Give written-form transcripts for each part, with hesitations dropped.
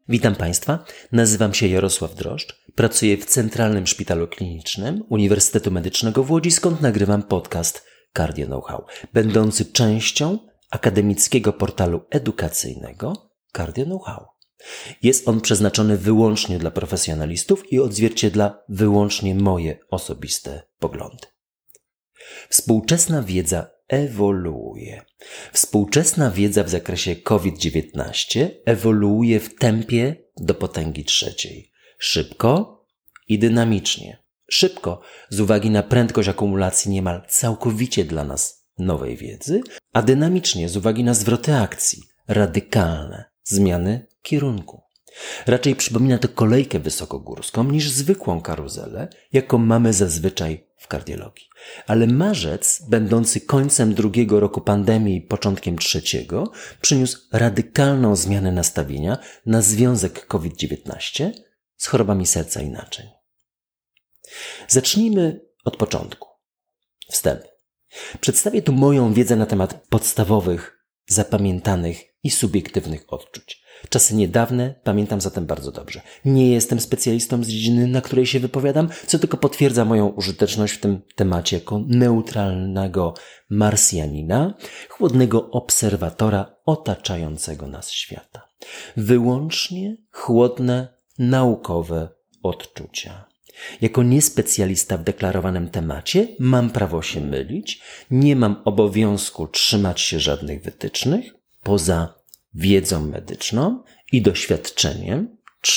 Witam Państwa, nazywam się Jarosław Droszcz, pracuję w Centralnym Szpitalu Klinicznym Uniwersytetu Medycznego w Łodzi, skąd nagrywam podcast Cardio Know-how, będący częścią akademickiego portalu edukacyjnego Cardio Know-how. Jest on przeznaczony wyłącznie dla profesjonalistów i odzwierciedla wyłącznie moje osobiste poglądy. Współczesna wiedza ewoluuje. Współczesna wiedza w zakresie COVID-19 ewoluuje w tempie do potęgi trzeciej. Szybko i dynamicznie. Szybko z uwagi na prędkość akumulacji niemal całkowicie dla nas nowej wiedzy, a dynamicznie z uwagi na zwroty akcji, radykalne zmiany kierunku. Raczej przypomina to kolejkę wysokogórską niż zwykłą karuzelę, jaką mamy zazwyczaj w kardiologii. Ale marzec, będący końcem drugiego roku pandemii i początkiem trzeciego, przyniósł radykalną zmianę nastawienia na związek COVID-19 z chorobami serca i naczyń. Zacznijmy od początku. Wstęp. Przedstawię tu moją wiedzę na temat podstawowych, zapamiętanych i subiektywnych odczuć. Czasy niedawne pamiętam zatem bardzo dobrze. Nie jestem specjalistą z dziedziny, na której się wypowiadam, co tylko potwierdza moją użyteczność w tym temacie jako neutralnego marsjanina, chłodnego obserwatora otaczającego nas świata. Wyłącznie chłodne, naukowe odczucia. Jako niespecjalista w deklarowanym temacie mam prawo się mylić, nie mam obowiązku trzymać się żadnych wytycznych, poza wiedzą medyczną i doświadczeniem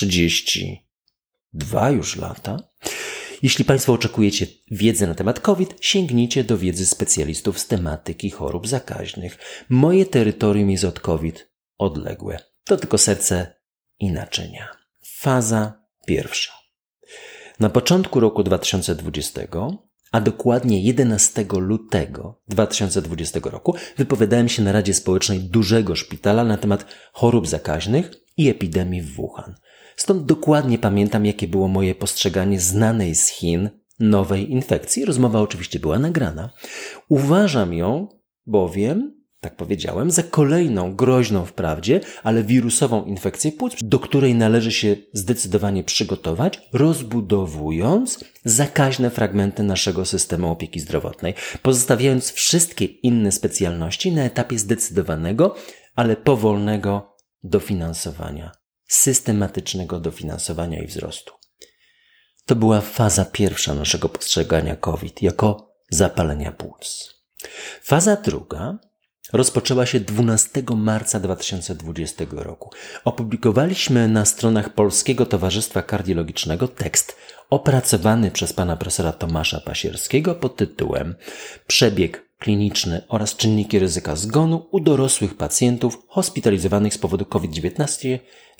32 już lata. Jeśli Państwo oczekujecie wiedzy na temat COVID, sięgnijcie do wiedzy specjalistów z tematyki chorób zakaźnych. Moje terytorium jest od COVID odległe. To tylko serce i naczynia. Faza pierwsza. Na początku roku 2020, a dokładnie 11 lutego 2020 roku, wypowiadałem się na Radzie Społecznej dużego szpitala na temat chorób zakaźnych i epidemii w Wuhan. Stąd dokładnie pamiętam, jakie było moje postrzeganie znanej z Chin nowej infekcji. Rozmowa oczywiście była nagrana. Uważam ją bowiem, tak powiedziałem, za kolejną groźną wprawdzie, ale wirusową infekcję płuc, do której należy się zdecydowanie przygotować, rozbudowując zakaźne fragmenty naszego systemu opieki zdrowotnej, pozostawiając wszystkie inne specjalności na etapie zdecydowanego, ale powolnego dofinansowania, systematycznego dofinansowania i wzrostu. To była faza pierwsza naszego postrzegania COVID jako zapalenia płuc. Faza druga rozpoczęła się 12 marca 2020 roku. Opublikowaliśmy na stronach Polskiego Towarzystwa Kardiologicznego tekst opracowany przez pana profesora Tomasza Pasierskiego pod tytułem Przebieg kliniczny oraz czynniki ryzyka zgonu u dorosłych pacjentów hospitalizowanych z powodu COVID-19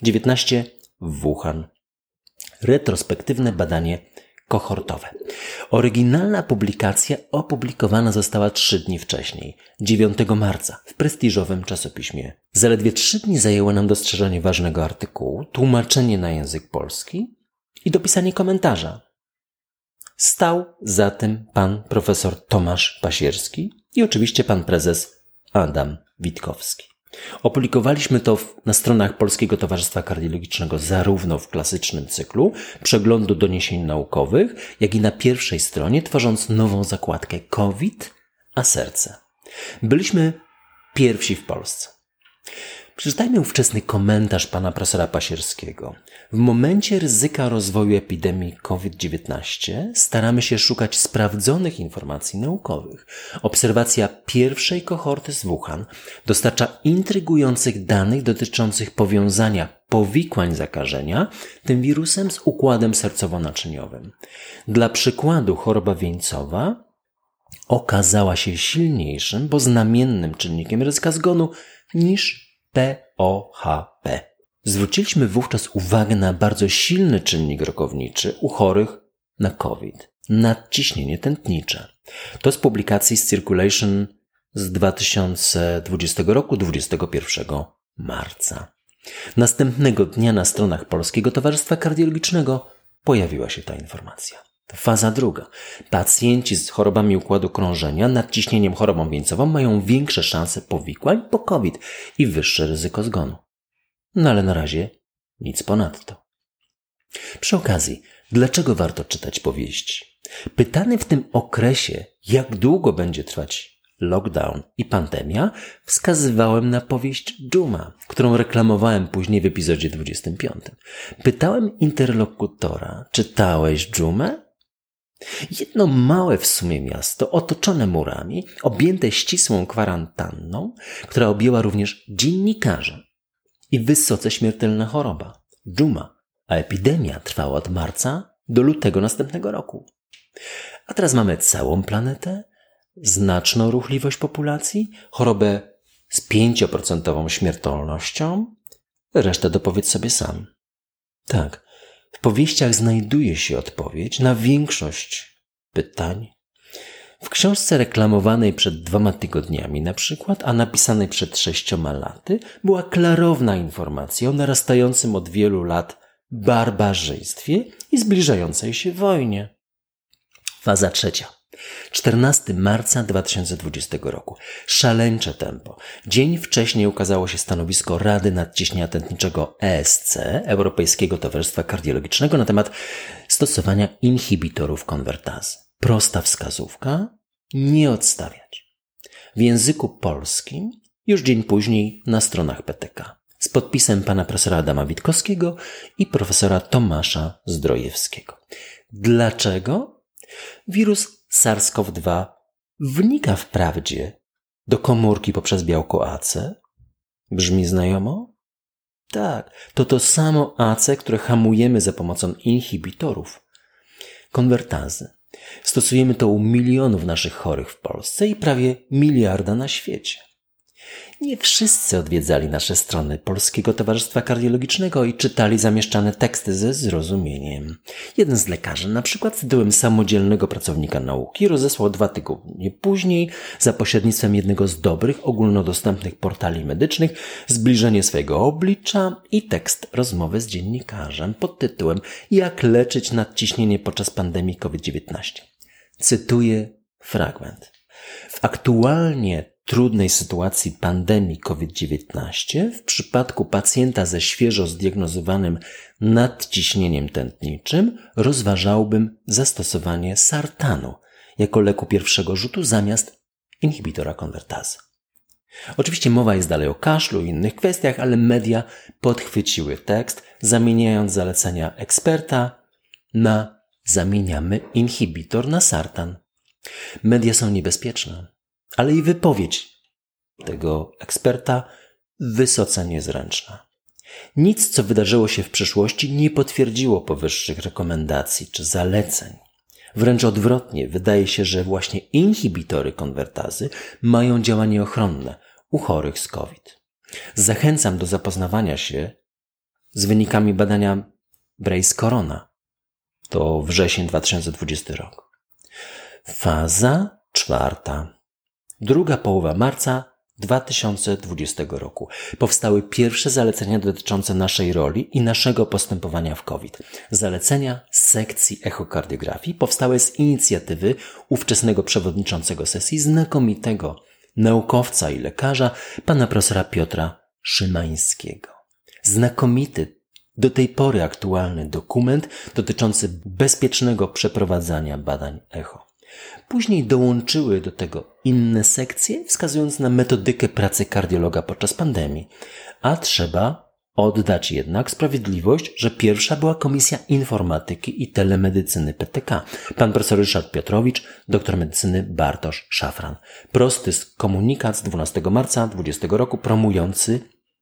w Wuhan. Retrospektywne badanie kohortowe. Oryginalna publikacja opublikowana została 3 dni wcześniej, 9 marca, w prestiżowym czasopiśmie. Zaledwie 3 dni zajęło nam dostrzeżenie ważnego artykułu, tłumaczenie na język polski i dopisanie komentarza. Stał za tym pan profesor Tomasz Pasierski i oczywiście pan prezes Adam Witkowski. Opublikowaliśmy to na stronach Polskiego Towarzystwa Kardiologicznego zarówno w klasycznym cyklu przeglądu doniesień naukowych, jak i na pierwszej stronie, tworząc nową zakładkę COVID, a serce. Byliśmy pierwsi w Polsce. Przeczytajmy ówczesny komentarz pana profesora Pasierskiego. W momencie ryzyka rozwoju epidemii COVID-19 staramy się szukać sprawdzonych informacji naukowych. Obserwacja pierwszej kohorty z Wuhan dostarcza intrygujących danych dotyczących powiązania powikłań zakażenia tym wirusem z układem sercowo-naczyniowym. Dla przykładu choroba wieńcowa okazała się silniejszym, bo znamiennym czynnikiem ryzyka zgonu niż POHP. Zwróciliśmy wówczas uwagę na bardzo silny czynnik rokowniczy u chorych na COVID. Nadciśnienie tętnicze. To z publikacji z Circulation z 2020 roku, 21 marca. Następnego dnia na stronach Polskiego Towarzystwa Kardiologicznego pojawiła się ta informacja. Faza druga. Pacjenci z chorobami układu krążenia, nadciśnieniem, chorobą wieńcową mają większe szanse powikłań po COVID i wyższe ryzyko zgonu. No ale na razie Nic ponadto. Przy okazji, dlaczego warto czytać powieści? Pytany w tym okresie, jak długo będzie trwać lockdown i pandemia, wskazywałem na powieść Dżuma, którą reklamowałem później w epizodzie 25. Pytałem interlokutora, czytałeś Dżumę? Jedno małe w sumie miasto, otoczone murami, objęte ścisłą kwarantanną, która objęła również dziennikarzy i wysoce śmiertelna choroba, dżuma, a epidemia trwała od marca do lutego następnego roku. A teraz mamy całą planetę, znaczną ruchliwość populacji, chorobę z 5% śmiertelnością, resztę dopowiedz sobie sam. Tak, w powieściach znajduje się odpowiedź na większość pytań. W książce reklamowanej przed 2 tygodniami na przykład, a napisanej przed 6 laty, była klarowna informacja o narastającym od wielu lat barbarzyństwie i zbliżającej się wojnie. Faza 3. 14 marca 2020 roku. Szaleńcze tempo. Dzień wcześniej ukazało się stanowisko Rady Nadciśnienia Tętniczego ESC, Europejskiego Towarzystwa Kardiologicznego, na temat stosowania inhibitorów konwertazy. Prosta wskazówka: nie odstawiać. W języku polskim już dzień później na stronach PTK z podpisem pana profesora Adama Witkowskiego i profesora Tomasza Zdrojewskiego. Dlaczego? Wirus SARS-CoV-2 wnika wprawdzie do komórki poprzez białko AC. Brzmi znajomo? Tak, to samo AC, które hamujemy za pomocą inhibitorów konwertazy. Stosujemy to u milionów naszych chorych w Polsce i prawie 1 miliarda na świecie. Nie wszyscy odwiedzali nasze strony Polskiego Towarzystwa Kardiologicznego i czytali zamieszczane teksty ze zrozumieniem. Jeden z lekarzy, na przykład tytułem samodzielnego pracownika nauki, rozesłał 2 tygodnie później za pośrednictwem jednego z dobrych, ogólnodostępnych portali medycznych zbliżenie swojego oblicza i tekst rozmowy z dziennikarzem pod tytułem „Jak leczyć nadciśnienie podczas pandemii COVID-19”. Cytuję fragment. W aktualnie trudnej sytuacji pandemii COVID-19 w przypadku pacjenta ze świeżo zdiagnozowanym nadciśnieniem tętniczym rozważałbym zastosowanie sartanu jako leku pierwszego rzutu zamiast inhibitora konwertazy. Oczywiście mowa jest dalej o kaszlu i innych kwestiach, ale media podchwyciły tekst, zamieniając zalecenia eksperta na zamieniamy inhibitor na sartan. Media są niebezpieczne, ale i wypowiedź tego eksperta wysoce niezręczna. Nic, co wydarzyło się w przeszłości, nie potwierdziło powyższych rekomendacji czy zaleceń. Wręcz odwrotnie, wydaje się, że właśnie inhibitory konwertazy mają działanie ochronne u chorych z COVID. Zachęcam do zapoznawania się z wynikami badania Brace Corona. To wrzesień 2020 rok. Faza 4. Druga połowa marca 2020 roku. Powstały pierwsze zalecenia dotyczące naszej roli i naszego postępowania w COVID. Zalecenia sekcji echokardiografii powstały z inicjatywy ówczesnego przewodniczącego sesji, znakomitego naukowca i lekarza, pana profesora Piotra Szymańskiego. Znakomity, do tej pory aktualny dokument dotyczący bezpiecznego przeprowadzania badań echo. Później dołączyły do tego inne sekcje, wskazując na metodykę pracy kardiologa podczas pandemii. A trzeba oddać jednak sprawiedliwość, że pierwsza była Komisja Informatyki i Telemedycyny PTK. Pan profesor Ryszard Piotrowicz, doktor medycyny Bartosz Szafran. Prosty komunikat z 12 marca 2020 roku promujący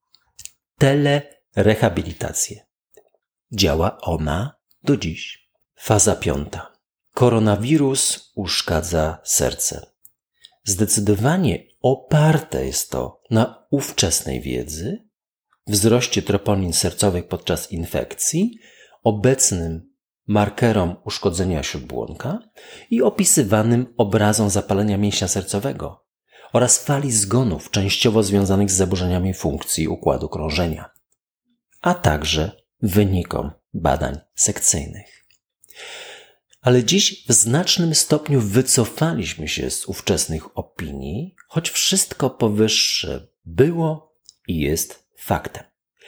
telerehabilitację. Działa ona do dziś. Faza 5. Koronawirus uszkadza serce. Zdecydowanie oparte jest to na ówczesnej wiedzy, wzroście troponin sercowych podczas infekcji, obecnym markerom uszkodzenia śródbłonka i opisywanym obrazom zapalenia mięśnia sercowego oraz fali zgonów częściowo związanych z zaburzeniami funkcji układu krążenia, a także wynikom badań sekcyjnych. Ale dziś w znacznym stopniu wycofaliśmy się z ówczesnych opinii, choć wszystko powyższe było i jest faktem.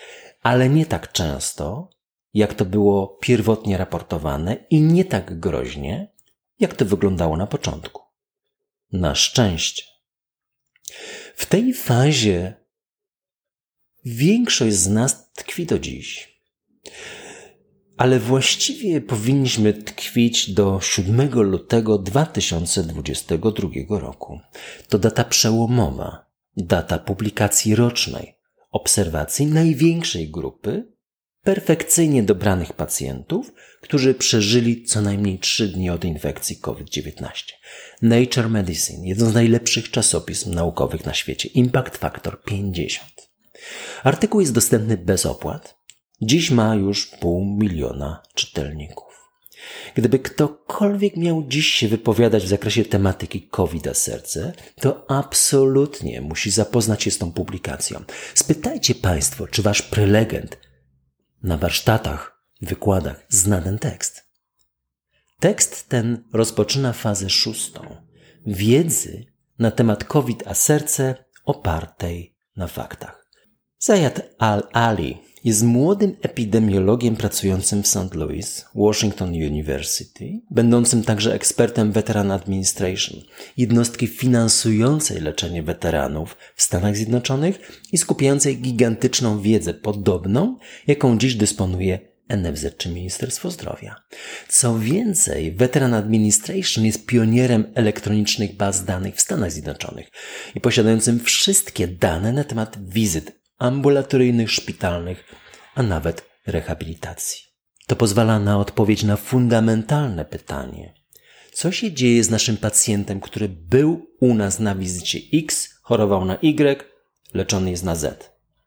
ale nie tak często, jak to było pierwotnie raportowane i nie tak groźnie, jak to wyglądało na początku. Na szczęście. W tej fazie większość z nas tkwi do dziś. Ale właściwie powinniśmy tkwić do 7 lutego 2022 roku. To data przełomowa, data publikacji rocznej, obserwacji największej grupy perfekcyjnie dobranych pacjentów, którzy przeżyli co najmniej 3 dni od infekcji COVID-19. Nature Medicine, jeden z najlepszych czasopism naukowych na świecie, Impact Factor 50. Artykuł jest dostępny bez opłat. Dziś ma już 500 000 czytelników. Gdyby ktokolwiek miał dziś się wypowiadać w zakresie tematyki COVID a serce, to absolutnie musi zapoznać się z tą publikacją. Spytajcie Państwo, czy Wasz prelegent na warsztatach, wykładach zna ten tekst. Tekst ten rozpoczyna fazę 6. Wiedzy na temat COVID a serce opartej na faktach. Zayed Al-Ali jest młodym epidemiologiem pracującym w St. Louis, Washington University, będącym także ekspertem Veteran Administration, jednostki finansującej leczenie weteranów w Stanach Zjednoczonych i skupiającej gigantyczną wiedzę podobną, jaką dziś dysponuje NFZ czy Ministerstwo Zdrowia. Co więcej, Veteran Administration jest pionierem elektronicznych baz danych w Stanach Zjednoczonych i posiadającym wszystkie dane na temat wizyt ambulatoryjnych, szpitalnych, a nawet rehabilitacji. To pozwala na odpowiedź na fundamentalne pytanie. Co się dzieje z naszym pacjentem, który był u nas na wizycie X, chorował na Y, leczony jest na Z?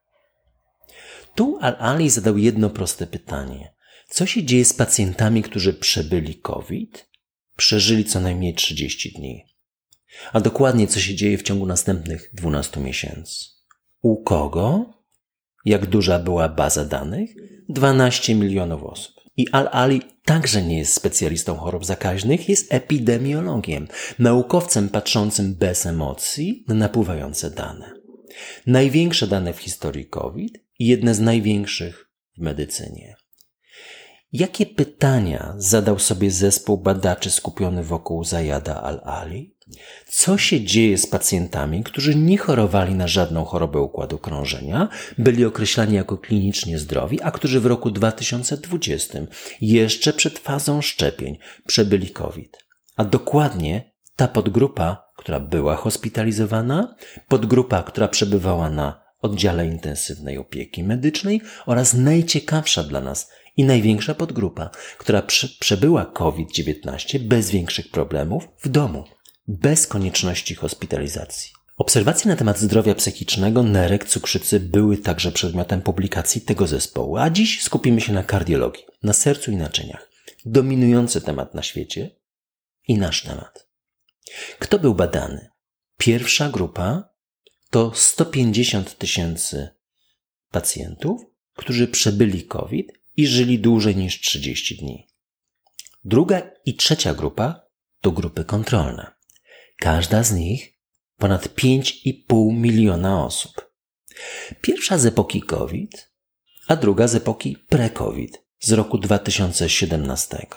Tu Al-Ali zadał jedno proste pytanie. Co się dzieje z pacjentami, którzy przebyli COVID, przeżyli co najmniej 30 dni? A dokładnie co się dzieje w ciągu następnych 12 miesięcy? U kogo? Jak duża była baza danych? 12 milionów osób. I Al-Ali także nie jest specjalistą chorób zakaźnych, jest epidemiologiem, naukowcem patrzącym bez emocji na napływające dane. Największe dane w historii COVID i jedne z największych w medycynie. Jakie pytania zadał sobie zespół badaczy skupiony wokół Zayeda Al-Ali? Co się dzieje z pacjentami, którzy nie chorowali na żadną chorobę układu krążenia, byli określani jako klinicznie zdrowi, a którzy w roku 2020, jeszcze przed fazą szczepień, przebyli COVID? A dokładnie ta podgrupa, która była hospitalizowana, podgrupa, która przebywała na oddziale intensywnej opieki medycznej oraz najciekawsza dla nas i największa podgrupa, która przebyła COVID-19 bez większych problemów w domu, bez konieczności hospitalizacji. Obserwacje na temat zdrowia psychicznego, nerek, cukrzycy były także przedmiotem publikacji tego zespołu, a dziś skupimy się na kardiologii, na sercu i naczyniach. Dominujący temat na świecie i nasz temat. Kto był badany? Pierwsza grupa to 150 000 pacjentów, którzy przebyli COVID i żyli dłużej niż 30 dni. Druga i trzecia grupa to grupy kontrolne. Każda z nich ponad 5,5 miliona osób. Pierwsza z epoki COVID, a druga z epoki pre-COVID z roku 2017.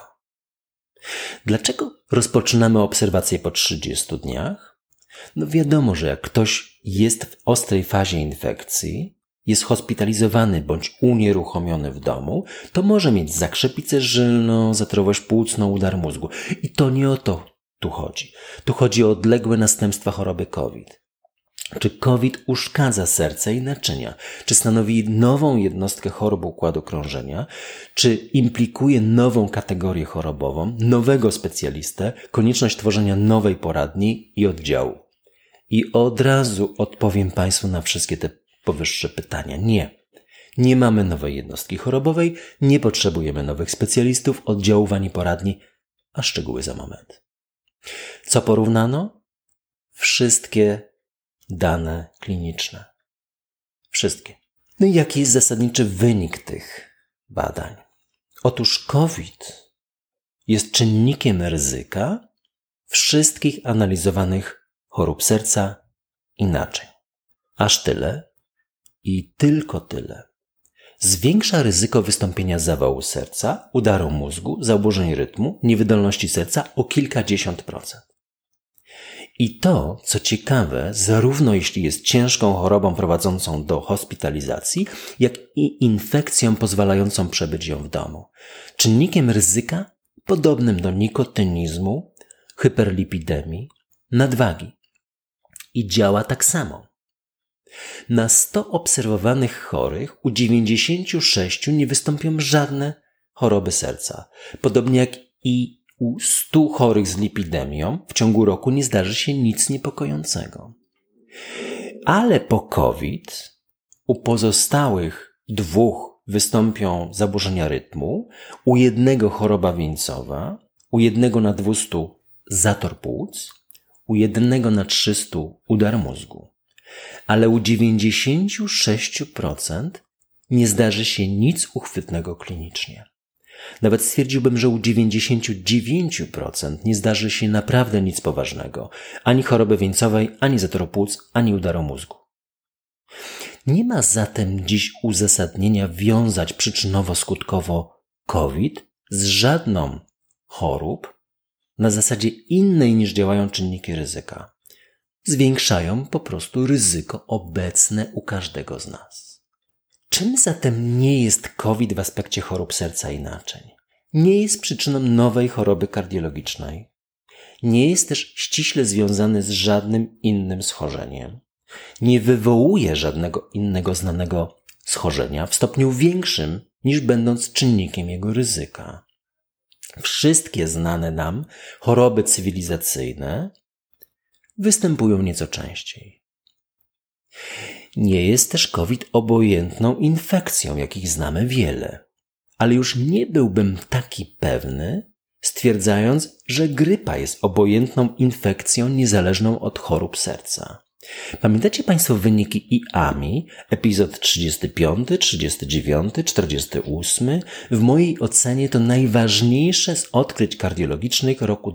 Dlaczego rozpoczynamy obserwację po 30 dniach? No wiadomo, że jak ktoś jest w ostrej fazie infekcji, jest hospitalizowany bądź unieruchomiony w domu, to może mieć zakrzepicę żylną, zatorowość płucną, udar mózgu. I to nie o to tu chodzi. Tu chodzi o odległe następstwa choroby COVID. Czy COVID uszkadza serce i naczynia? Czy stanowi nową jednostkę chorób układu krążenia? Czy implikuje nową kategorię chorobową, nowego specjalistę, konieczność tworzenia nowej poradni i oddziału? I od razu odpowiem Państwu na wszystkie te powyższe pytania. Nie. Nie mamy nowej jednostki chorobowej, nie potrzebujemy nowych specjalistów, oddziałów ani poradni, a szczegóły za moment. Co porównano? Wszystkie dane kliniczne. Wszystkie. No i jaki jest zasadniczy wynik tych badań? Otóż COVID jest czynnikiem ryzyka wszystkich analizowanych chorób serca i naczyń. Aż tyle i tylko tyle, zwiększa ryzyko wystąpienia zawału serca, udaru mózgu, zaburzeń rytmu, niewydolności serca o kilkadziesiąt procent. I to, co ciekawe, zarówno jeśli jest ciężką chorobą prowadzącą do hospitalizacji, jak i infekcją pozwalającą przebyć ją w domu. Czynnikiem ryzyka podobnym do nikotynizmu, hyperlipidemii, nadwagi. I działa tak samo. Na 100 obserwowanych chorych u 96 nie wystąpią żadne choroby serca. Podobnie jak i u 100 chorych z lipidemią w ciągu roku nie zdarzy się nic niepokojącego. Ale po COVID u pozostałych 2 wystąpią zaburzenia rytmu, u 1 choroba wieńcowa, u 1 na 200 zator płuc, u 1 na 300 udar mózgu. Ale u 96% nie zdarzy się nic uchwytnego klinicznie. Nawet stwierdziłbym, że u 99% nie zdarzy się naprawdę nic poważnego. Ani choroby wieńcowej, ani zatoru płuc, ani udaru mózgu. Nie ma zatem dziś uzasadnienia wiązać przyczynowo-skutkowo COVID z żadną chorób na zasadzie innej niż działają czynniki ryzyka. Zwiększają po prostu ryzyko obecne u każdego z nas. Czym zatem nie jest COVID w aspekcie chorób serca i naczyń? Nie jest przyczyną nowej choroby kardiologicznej. Nie jest też ściśle związany z żadnym innym schorzeniem. Nie wywołuje żadnego innego znanego schorzenia w stopniu większym niż będąc czynnikiem jego ryzyka. Wszystkie znane nam choroby cywilizacyjne występują nieco częściej. Nie jest też COVID obojętną infekcją, jakich znamy wiele. Ale już nie byłbym taki pewny, stwierdzając, że grypa jest obojętną infekcją niezależną od chorób serca. Pamiętacie Państwo wyniki IAMI, epizod 35, 39, 48? W mojej ocenie to najważniejsze z odkryć kardiologicznych roku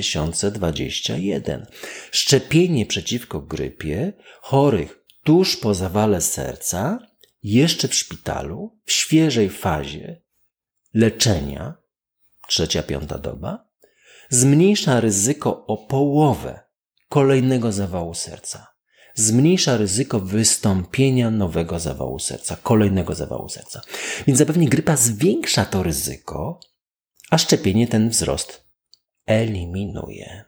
2021. Szczepienie przeciwko grypie chorych tuż po zawale serca, jeszcze w szpitalu, w świeżej fazie leczenia, 3-5 doba, zmniejsza ryzyko o połowę kolejnego zawału serca. Zmniejsza ryzyko wystąpienia nowego zawału serca, kolejnego zawału serca. Więc zapewne grypa zwiększa to ryzyko, a szczepienie ten wzrost eliminuje.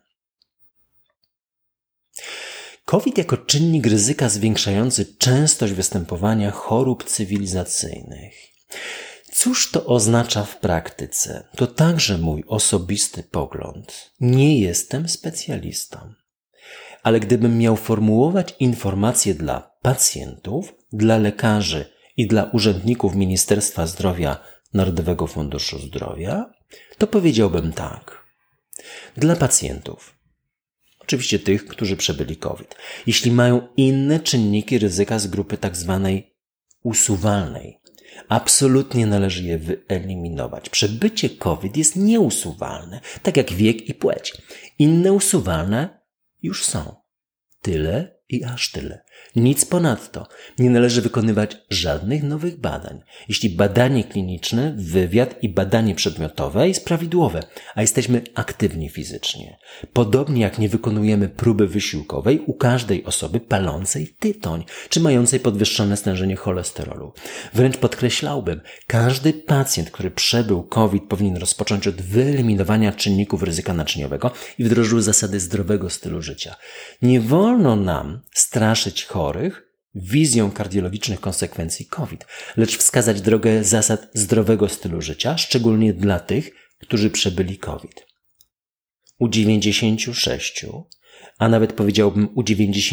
COVID jako czynnik ryzyka zwiększający częstość występowania chorób cywilizacyjnych. Cóż to oznacza w praktyce? To także mój osobisty pogląd. Nie jestem specjalistą. Ale gdybym miał formułować informacje dla pacjentów, dla lekarzy i dla urzędników Ministerstwa Zdrowia, Narodowego Funduszu Zdrowia, to powiedziałbym tak. Dla pacjentów, oczywiście tych, którzy przebyli COVID, jeśli mają inne czynniki ryzyka z grupy tak zwanej usuwalnej, absolutnie należy je wyeliminować. Przebycie COVID jest nieusuwalne, tak jak wiek i płeć. Inne usuwalne już są. Tyle i aż tyle. Nic ponadto. Nie należy wykonywać żadnych nowych badań. Jeśli badanie kliniczne, wywiad i badanie przedmiotowe jest prawidłowe, a jesteśmy aktywni fizycznie. Podobnie jak nie wykonujemy próby wysiłkowej u każdej osoby palącej tytoń, czy mającej podwyższone stężenie cholesterolu. Wręcz podkreślałbym, każdy pacjent, który przebył COVID, powinien rozpocząć od wyeliminowania czynników ryzyka naczyniowego i wdrożył zasady zdrowego stylu życia. Nie wolno nam straszyć chorych wizją kardiologicznych konsekwencji COVID, lecz wskazać drogę zasad zdrowego stylu życia, szczególnie dla tych, którzy przebyli COVID. U 96, a nawet powiedziałbym u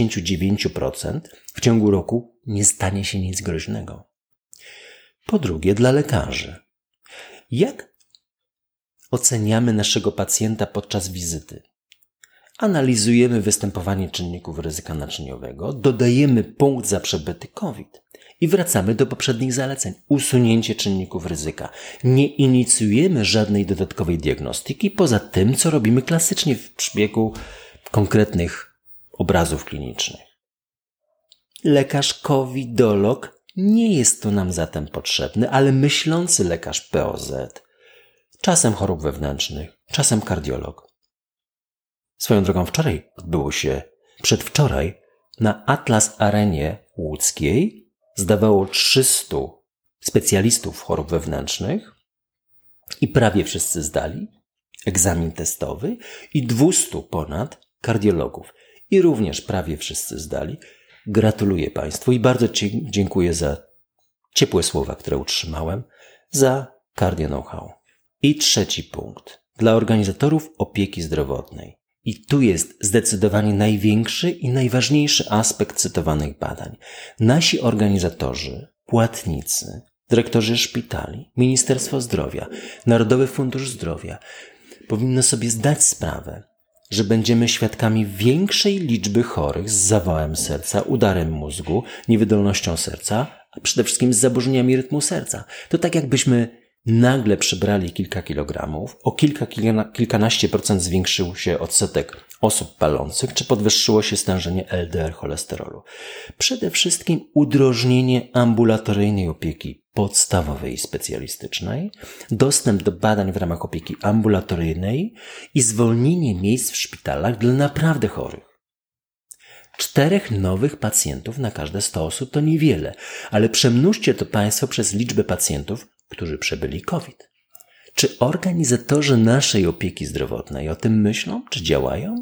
99% w ciągu roku nie stanie się nic groźnego. Po drugie, dla lekarzy. Jak oceniamy naszego pacjenta podczas wizyty? Analizujemy występowanie czynników ryzyka naczyniowego, dodajemy punkt za przebyty COVID i wracamy do poprzednich zaleceń. Usunięcie czynników ryzyka. Nie inicjujemy żadnej dodatkowej diagnostyki poza tym, co robimy klasycznie w przebiegu konkretnych obrazów klinicznych. Lekarz covidolog Nie jest to nam zatem potrzebny, ale myślący lekarz POZ, czasem chorób wewnętrznych, czasem kardiolog. Swoją drogą przedwczoraj na Atlas Arenie łódzkiej zdawało 300 specjalistów chorób wewnętrznych i prawie wszyscy zdali egzamin testowy i 200 ponad kardiologów i również prawie wszyscy zdali. Gratuluję Państwu i bardzo dziękuję za ciepłe słowa, które utrzymałem, za Cardio Know-how. I trzeci punkt. Dla organizatorów opieki zdrowotnej. I tu jest zdecydowanie największy i najważniejszy aspekt cytowanych badań. Nasi organizatorzy, płatnicy, dyrektorzy szpitali, Ministerstwo Zdrowia, Narodowy Fundusz Zdrowia powinno sobie zdać sprawę, że będziemy świadkami większej liczby chorych z zawałem serca, udarem mózgu, niewydolnością serca, a przede wszystkim z zaburzeniami rytmu serca. To tak jakbyśmy nagle przybrali kilka kilogramów, o kilkanaście procent zwiększył się odsetek osób palących, czy podwyższyło się stężenie LDL cholesterolu. Przede wszystkim udrożnienie ambulatoryjnej opieki podstawowej i specjalistycznej, dostęp do badań w ramach opieki ambulatoryjnej i zwolnienie miejsc w szpitalach dla naprawdę chorych. 4 nowych pacjentów na każde 100 osób to niewiele, ale przemnóżcie to Państwo przez liczbę pacjentów, którzy przebyli COVID. Czy organizatorzy naszej opieki zdrowotnej o tym myślą, czy działają?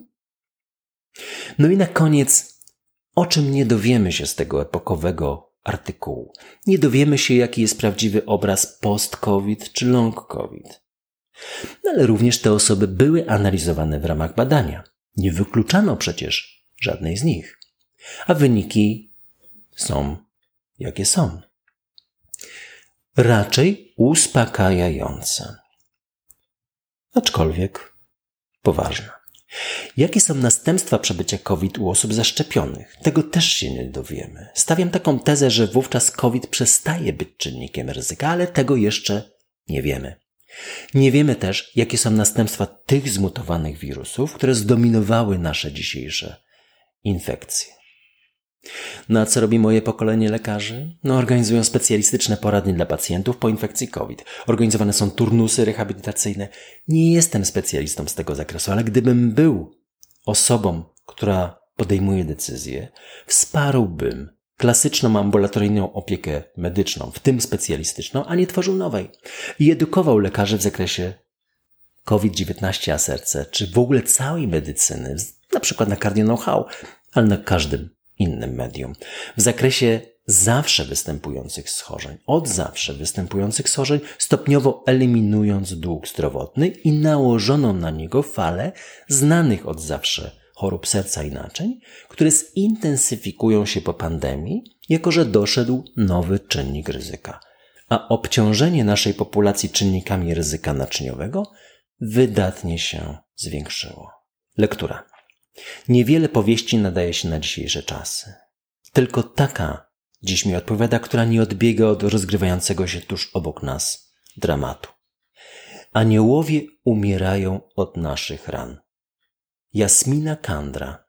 No i na koniec, o czym nie dowiemy się z tego epokowego artykułu? Nie dowiemy się, jaki jest prawdziwy obraz post-COVID czy long-COVID. No ale również te osoby były analizowane w ramach badania. Nie wykluczano przecież żadnej z nich. A wyniki są, jakie są. Raczej uspokajające. Aczkolwiek poważne. Jakie są następstwa przebycia COVID u osób zaszczepionych? Tego też się nie dowiemy. Stawiam taką tezę, że wówczas COVID przestaje być czynnikiem ryzyka, ale tego jeszcze nie wiemy. Nie wiemy też, jakie są następstwa tych zmutowanych wirusów, które zdominowały nasze dzisiejsze infekcje. No a co robi moje pokolenie lekarzy? Organizują specjalistyczne poradnie dla pacjentów po infekcji COVID. Organizowane są turnusy rehabilitacyjne. Nie jestem specjalistą z tego zakresu, ale gdybym był osobą, która podejmuje decyzje, wsparłbym klasyczną ambulatoryjną opiekę medyczną, w tym specjalistyczną, a nie tworzył nowej. I edukował lekarzy w zakresie COVID-19, a serce, czy w ogóle całej medycyny, na przykład na Cardio Know-how, ale na każdym innym medium. W zakresie zawsze występujących schorzeń, od zawsze występujących schorzeń, stopniowo eliminując dług zdrowotny i nałożoną na niego falę znanych od zawsze chorób serca i naczyń, które zintensyfikują się po pandemii, jako że doszedł nowy czynnik ryzyka. A obciążenie naszej populacji czynnikami ryzyka naczyniowego wydatnie się zwiększyło. Lektura. Niewiele powieści nadaje się na dzisiejsze czasy. Tylko taka dziś mi odpowiada, która nie odbiega od rozgrywającego się tuż obok nas dramatu. Aniołowie umierają od naszych ran. Jasmina Kandra,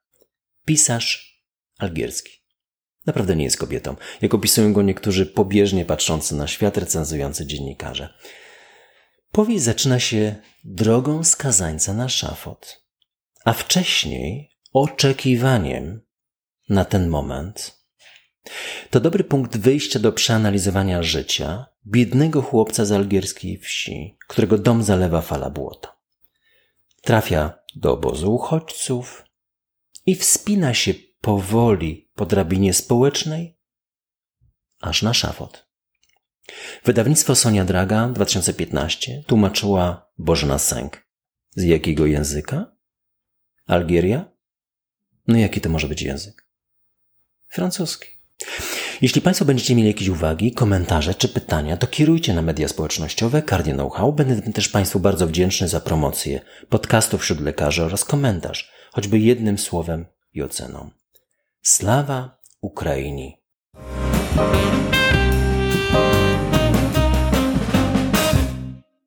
pisarz algierski. Naprawdę nie jest kobietą, jak opisują go niektórzy pobieżnie patrzący na świat recenzujący dziennikarze. Powieść zaczyna się drogą skazańca na szafot, a wcześniej oczekiwaniem na ten moment. To dobry punkt wyjścia do przeanalizowania życia biednego chłopca z algierskiej wsi, którego dom zalewa fala błota. Trafia do obozu uchodźców i wspina się powoli po drabinie społecznej aż na szafot. Wydawnictwo Sonia Draga 2015 tłumaczyła Bożena Sęk. Z jakiego języka? Algieria? No jaki to może być język? Francuski. Jeśli Państwo będziecie mieli jakieś uwagi, komentarze czy pytania, to kierujcie na media społecznościowe Cardio Know-how. Będę też Państwu bardzo wdzięczny za promocję podcastów wśród lekarzy oraz komentarz, choćby jednym słowem i oceną. Sława Ukrainii!